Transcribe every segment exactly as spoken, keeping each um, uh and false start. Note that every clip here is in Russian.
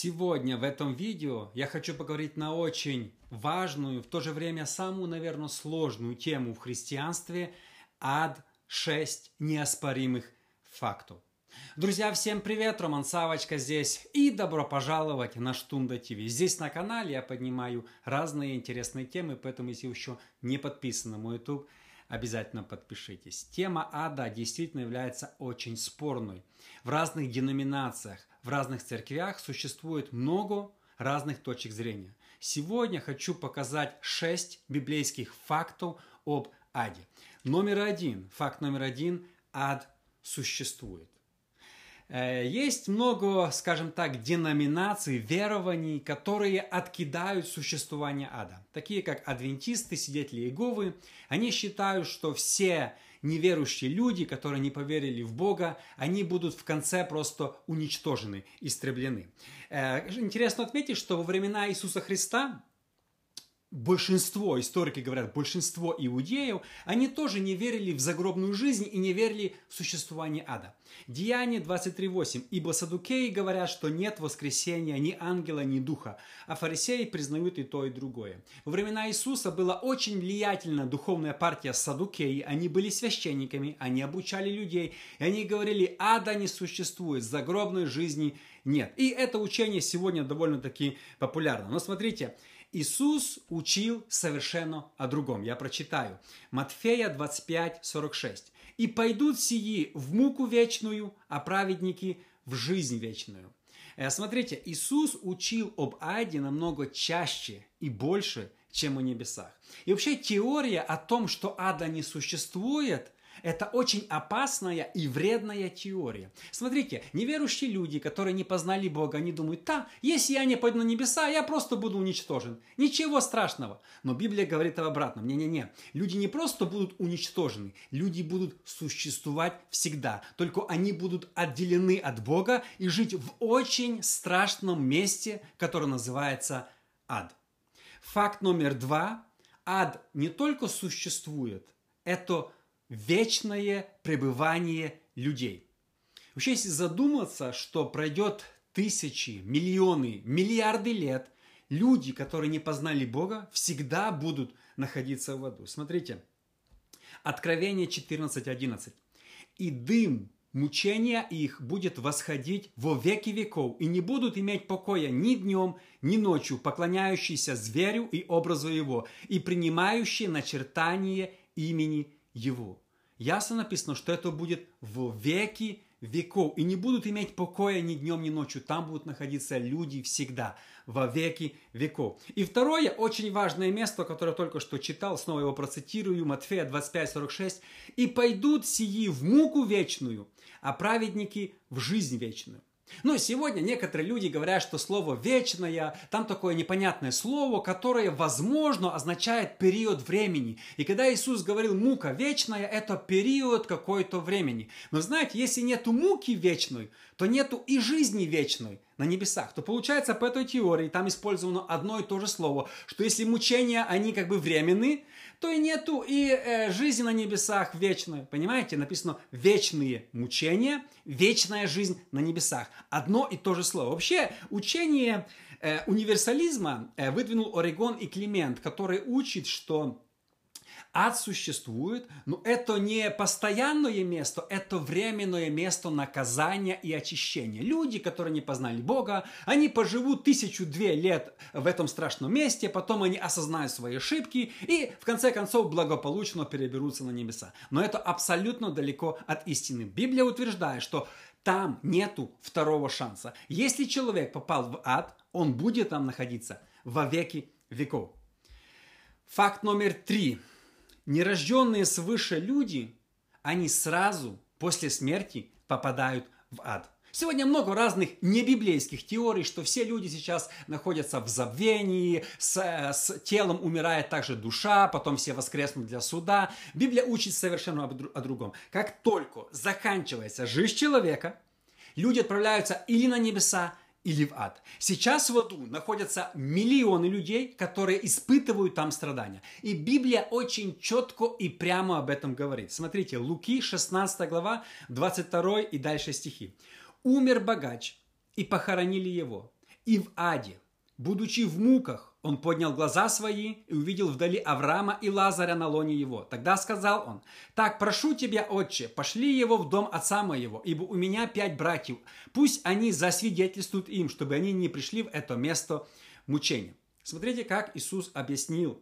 Сегодня в этом видео я хочу поговорить на очень важную, в то же время самую, наверное, сложную тему в христианстве – ад шесть неоспоримых фактов. Друзья, всем привет! Роман Савочка здесь и добро пожаловать на Штунда ТВ. Здесь на канале я поднимаю разные интересные темы, поэтому если вы еще не подписаны на мой YouTube, обязательно подпишитесь. Тема ада действительно является очень спорной. В разных деноминациях, в разных церквях существует много разных точек зрения. Сегодня хочу показать шесть библейских фактов об аде. Номер один, факт номер один – ад существует. Есть много, скажем так, деноминаций, верований, которые откидают существование ада. Такие как адвентисты, свидетели Иеговы. Они считают, что все неверующие люди, которые не поверили в Бога, они будут в конце просто уничтожены, истреблены. Интересно отметить, что во времена Иисуса Христа большинство, историки говорят, большинство иудеев, они тоже не верили в загробную жизнь и не верили в существование ада. Деяние двадцать три восемь. «Ибо саддукеи говорят, что нет воскресения ни ангела, ни духа, а фарисеи признают и то, и другое». Во времена Иисуса была очень влиятельная духовная партия саддукеи, они были священниками, они обучали людей, и они говорили, ада не существует, загробной жизни нет. И это учение сегодня довольно-таки популярно. Но смотрите, Иисус учил совершенно о другом. Я прочитаю. Матфея двадцать пять сорок шесть. «И пойдут сии в муку вечную, а праведники в жизнь вечную». Смотрите, Иисус учил об аде намного чаще и больше, чем о небесах. И вообще теория о том, что ада не существует, это очень опасная и вредная теория. Смотрите, неверующие люди, которые не познали Бога, они думают, да, если я не пойду на небеса, я просто буду уничтожен. Ничего страшного. Но Библия говорит об обратном. Не-не-не. Люди не просто будут уничтожены, люди будут существовать всегда. Только они будут отделены от Бога и жить в очень страшном месте, которое называется ад. Факт номер два. Ад не только существует, это вечное пребывание людей. Вообще, если задуматься, что пройдет тысячи, миллионы, миллиарды лет, люди, которые не познали Бога, всегда будут находиться в аду. Смотрите, Откровение четырнадцать одиннадцать. «И дым мучения их будет восходить во веки веков, и не будут иметь покоя ни днем, ни ночью, поклоняющиеся зверю и образу его, и принимающие начертание имени его». Ясно написано, что это будет в веки веков. И не будут иметь покоя ни днем, ни ночью. Там будут находиться люди всегда, во веки веков. И второе, очень важное место, которое я только что читал, снова его процитирую, Матфея двадцать пять сорок шесть. «И пойдут сии в муку вечную, а праведники в жизнь вечную». Но сегодня некоторые люди говорят, что слово «вечное», там такое непонятное слово, которое, возможно, означает период времени. И когда Иисус говорил «мука вечная», это период какой-то времени. Но знаете, если нету муки вечной, то нету и жизни вечной на небесах. То получается, по этой теории там использовано одно и то же слово, что если мучения, они как бы временны, то и нету и э, жизни на небесах вечной. Понимаете? Написано «вечные мучения», «вечная жизнь на небесах». Одно и то же слово. Вообще, учение э, универсализма э, выдвинул Оригон и Климент, который учит, что ад существует, но это не постоянное место, это временное место наказания и очищения. Люди, которые не познали Бога, они поживут тысячу-две лет в этом страшном месте, потом они осознают свои ошибки и, в конце концов, благополучно переберутся на небеса. Но это абсолютно далеко от истины. Библия утверждает, что там нету второго шанса. Если человек попал в ад, он будет там находиться во веки веков. Факт номер три. Нерожденные свыше люди, они сразу после смерти попадают в ад. Сегодня много разных небиблейских теорий, что все люди сейчас находятся в забвении, с, с телом умирает также душа, потом все воскреснут для суда. Библия учит совершенно о другом. Как только заканчивается жизнь человека, люди отправляются или на небеса, или в ад. Сейчас в аду находятся миллионы людей, которые испытывают там страдания. И Библия очень четко и прямо об этом говорит. Смотрите, Луки, шестнадцатая глава, двадцать второй и дальше стихи. «Умер богач, и похоронили его, И в аде, будучи в муках, он поднял глаза свои и увидел вдали Авраама и Лазаря на лоне его. Тогда сказал он: «Так, прошу тебя, отче, пошли его в дом отца моего, ибо у меня пять братьев. Пусть они засвидетельствуют им, чтобы они не пришли в это место мучения». Смотрите, как Иисус объяснил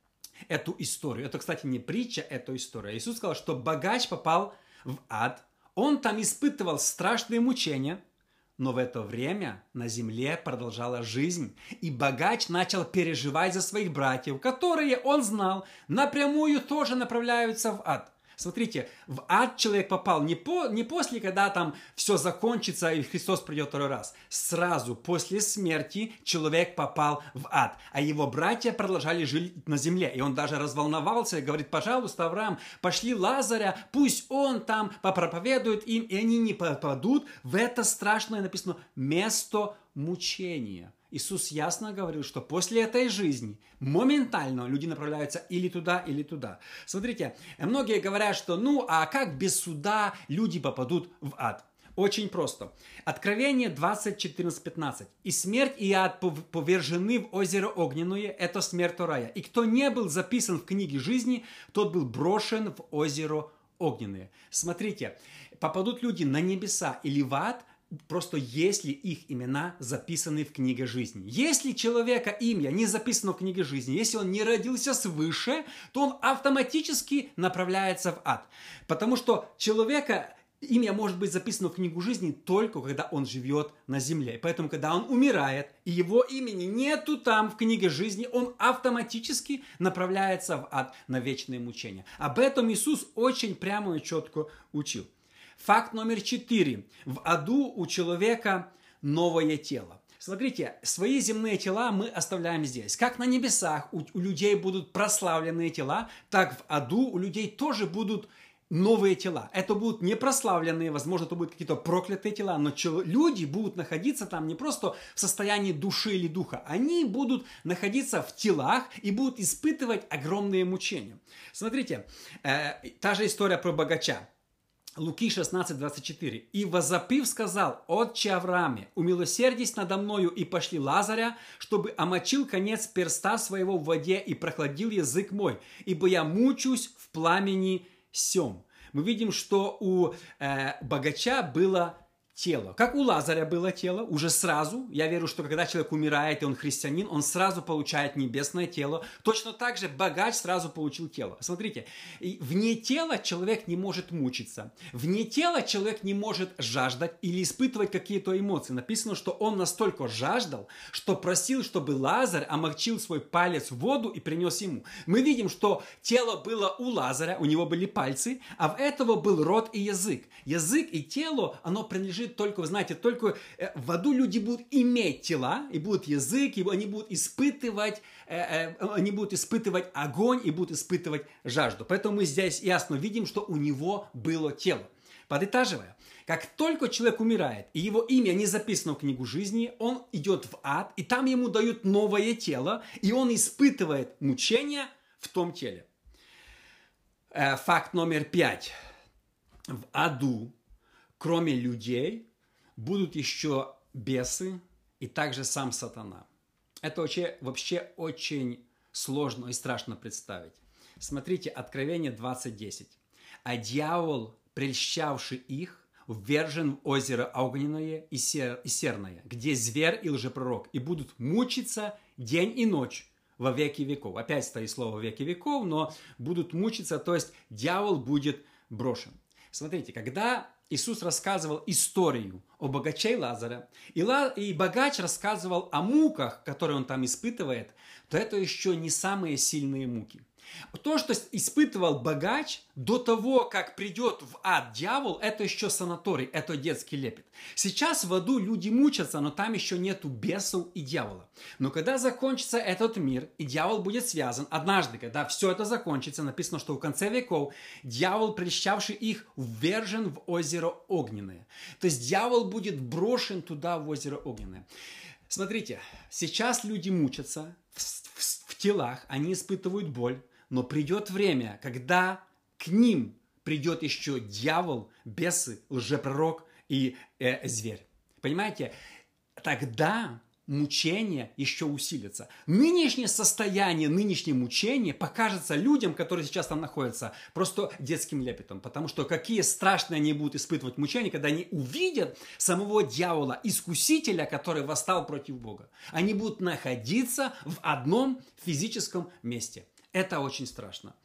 эту историю. Это, кстати, не притча, это история. Иисус сказал, что богач попал в ад, он там испытывал страшные мучения, но в это время на земле продолжала жизнь, и богач начал переживать за своих братьев, которые, он знал, напрямую тоже направляются в ад. Смотрите, в ад человек попал не, по, не после, когда там все закончится и Христос придет второй раз. Сразу после смерти человек попал в ад, а его братья продолжали жить на земле. И он даже разволновался и говорит: «Пожалуйста, Авраам, пошли Лазаря, пусть он там попроповедует им, и они не попадут в это страшное, написано, место мучения». Иисус ясно говорил, что после этой жизни моментально люди направляются или туда, или туда. Смотрите, многие говорят, что ну, а как без суда люди попадут в ад? Очень просто. Откровение двадцать, четырнадцать, пятнадцать. «И смерть и ад повержены в озеро огненное, это смерть вторая. И кто не был записан в книге жизни, тот был брошен в озеро огненное». Смотрите, попадут люди на небеса или в ад, просто если их имена записаны в книге жизни. Если человека имя не записано в книге жизни, если он не родился свыше, то он автоматически направляется в ад. Потому что человека имя может быть записано в книгу жизни только когда он живет на земле. Поэтому, когда он умирает, и его имени нету там в книге жизни, он автоматически направляется в ад на вечные мучения. Об этом Иисус очень прямо и четко учил. Факт номер четыре. В аду у человека новое тело. Смотрите, свои земные тела мы оставляем здесь. Как на небесах у, у людей будут прославленные тела, так в аду у людей тоже будут новые тела. Это будут не прославленные, возможно, это будут какие-то проклятые тела, но люди будут находиться там не просто в состоянии души или духа. Они будут находиться в телах и будут испытывать огромные мучения. Смотрите, э, та же история про богача. Луки шестнадцать, двадцать четыре. «И возопив сказал: Отче Аврааме, умилосердись надо мною и пошли Лазаря, чтобы омочил конец перста своего в воде и прохладил язык мой, ибо я мучусь в пламени сем». Мы видим, что у э, богача было тело. Как у Лазаря было тело, уже сразу, я верю, что когда человек умирает, и он христианин, он сразу получает небесное тело. Точно так же богач сразу получил тело. Смотрите, вне тела человек не может мучиться. Вне тела человек не может жаждать или испытывать какие-то эмоции. Написано, что он настолько жаждал, что просил, чтобы Лазарь омочил свой палец в воду и принес ему. Мы видим, что тело было у Лазаря, у него были пальцы, а в этого был рот и язык. Язык и тело, оно принадлежит только, вы знаете, только в аду люди будут иметь тела, и будут язык, и они будут испытывать, они будут испытывать огонь, и будут испытывать жажду. Поэтому мы здесь ясно видим, что у него было тело. Подытаживая, как только человек умирает, и его имя не записано в книгу жизни, он идет в ад, и там ему дают новое тело, и он испытывает мучения в том теле. Факт номер пять. В аду, кроме людей, будут еще бесы и также сам сатана. Это вообще, вообще очень сложно и страшно представить. Смотрите, Откровение двадцать десять. «А дьявол, прельщавший их, ввержен в озеро огненное и серное, где зверь и лжепророк, и будут мучиться день и ночь во веки веков». Опять стоит слово «веки веков», но будут мучиться, то есть дьявол будет брошен. Смотрите, когда Иисус рассказывал историю о богаче и Лазаре, и, Ла, и богач рассказывал о муках, которые он там испытывает, то это еще не самые сильные муки. То, что испытывал богач до того, как придет в ад дьявол, это еще санаторий, это детский лепет. Сейчас в аду люди мучатся, но там еще нету бесов и дьявола. Но когда закончится этот мир, и дьявол будет связан, однажды, когда все это закончится, написано, что в конце веков дьявол, прельщавший их, ввержен в озеро огненное. То есть дьявол будет брошен туда, в озеро огненное. Смотрите, сейчас люди мучатся в, в, в телах, они испытывают боль. Но придет время, когда к ним придет еще дьявол, бесы, лжепророк и э, зверь. Понимаете? Тогда мучения еще усилятся. Нынешнее состояние, нынешнее мучение покажется людям, которые сейчас там находятся, просто детским лепетом. Потому что какие страшные они будут испытывать мучения, когда они увидят самого дьявола, искусителя, который восстал против Бога. Они будут находиться в одном физическом месте. Это очень страшно.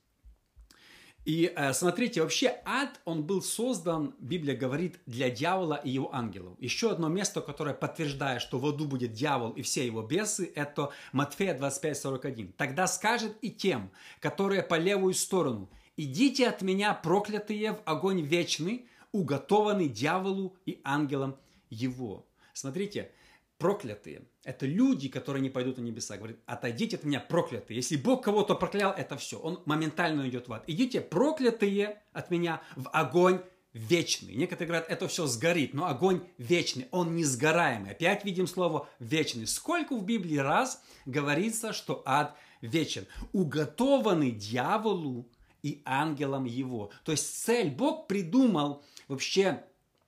И э, смотрите, вообще ад, он был создан, Библия говорит, для дьявола и его ангелов. Еще одно место, которое подтверждает, что в аду будет дьявол и все его бесы, это Матфея двадцать пять сорок один. «Тогда скажет и тем, которые по левую сторону, идите от меня, проклятые, в огонь вечный, уготованный дьяволу и ангелам его». Смотрите, проклятые – это люди, которые не пойдут на небеса. Говорит, отойдите от меня, проклятые. Если Бог кого-то проклял, это все. Он моментально идет в ад. Идите, проклятые, от меня в огонь вечный. Некоторые говорят, это все сгорит, но огонь вечный, он несгораемый. Опять видим слово вечный. Сколько в Библии раз говорится, что ад вечен? Уготованный дьяволу и ангелам его. То есть цель, Бог придумал вообще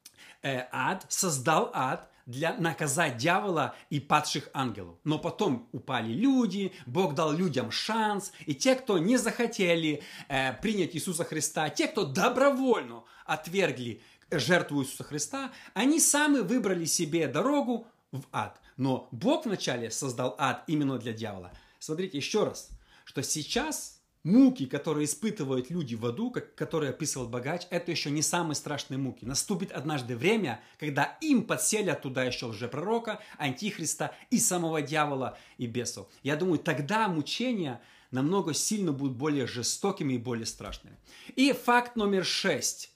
э, ад, создал ад, для наказать дьявола и падших ангелов. Но потом упали люди, Бог дал людям шанс, и те, кто не захотели э, принять Иисуса Христа, те, кто добровольно отвергли жертву Иисуса Христа, они сами выбрали себе дорогу в ад. Но Бог вначале создал ад именно для дьявола. Смотрите еще раз, что сейчас муки, которые испытывают люди в аду, как, которые описывал богач, это еще не самые страшные муки. Наступит однажды время, когда им подселят туда еще лжепророка, антихриста и самого дьявола и бесов. Я думаю, тогда мучения намного сильно будут более жестокими и более страшными. И факт номер шесть.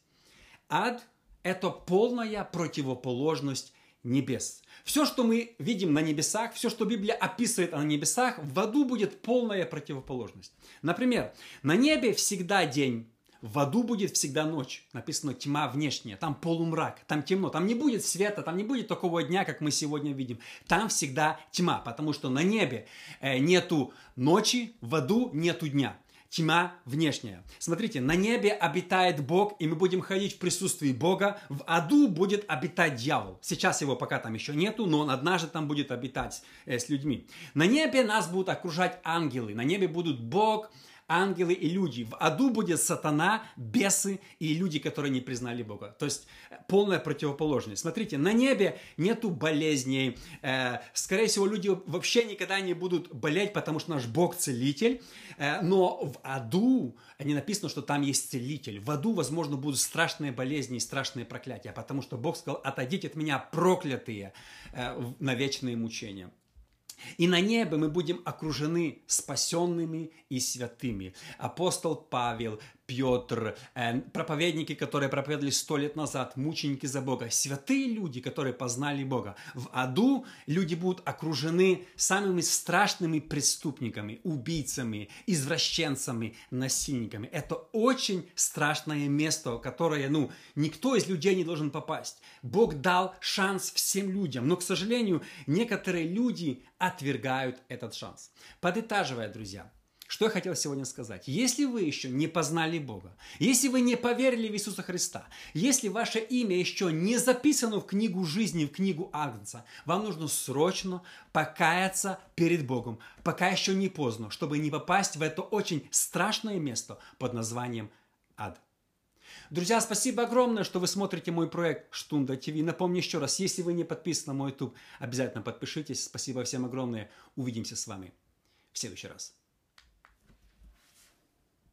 Ад – это полная противоположность небес. Все, что мы видим на небесах, все, что Библия описывает на небесах, в аду будет полная противоположность. Например, на небе всегда день, в аду будет всегда ночь. Написано тьма внешняя, там полумрак, там темно, там не будет света, там не будет такого дня, как мы сегодня видим. Там всегда тьма, потому что на небе нету ночи, в аду нету дня. Тьма внешняя. Смотрите, на небе обитает Бог, и мы будем ходить в присутствии Бога. В аду будет обитать дьявол. Сейчас его пока там еще нету, но он однажды там будет обитать э, с людьми. На небе нас будут окружать ангелы. На небе будут Бог, ангелы и люди. В аду будет сатана, бесы и люди, которые не признали Бога. То есть полная противоположность. Смотрите, на небе нету болезней. Э, скорее всего, люди вообще никогда не будут болеть, потому что наш Бог целитель. Э, но в аду не написано, что там есть целитель. В аду, возможно, будут страшные болезни и страшные проклятия, потому что Бог сказал, отойдите от меня, проклятые, э, на вечные мучения. И на небе мы будем окружены спасенными и святыми. Апостол Павел, Петр, э, проповедники, которые проповедовали сто лет назад, мученики за Бога, святые люди, которые познали Бога. В аду люди будут окружены самыми страшными преступниками, убийцами, извращенцами, насильниками. Это очень страшное место, в которое, ну, никто из людей не должен попасть. Бог дал шанс всем людям, но, к сожалению, некоторые люди отвергают этот шанс. Подытаживая, друзья, что я хотел сегодня сказать. Если вы еще не познали Бога, если вы не поверили в Иисуса Христа, если ваше имя еще не записано в книгу жизни, в книгу Агнца, вам нужно срочно покаяться перед Богом, пока еще не поздно, чтобы не попасть в это очень страшное место под названием ад. Друзья, спасибо огромное, что вы смотрите мой проект Штунда ТВ. Напомню еще раз, если вы не подписаны на мой YouTube, обязательно подпишитесь. Спасибо всем огромное. Увидимся с вами в следующий раз.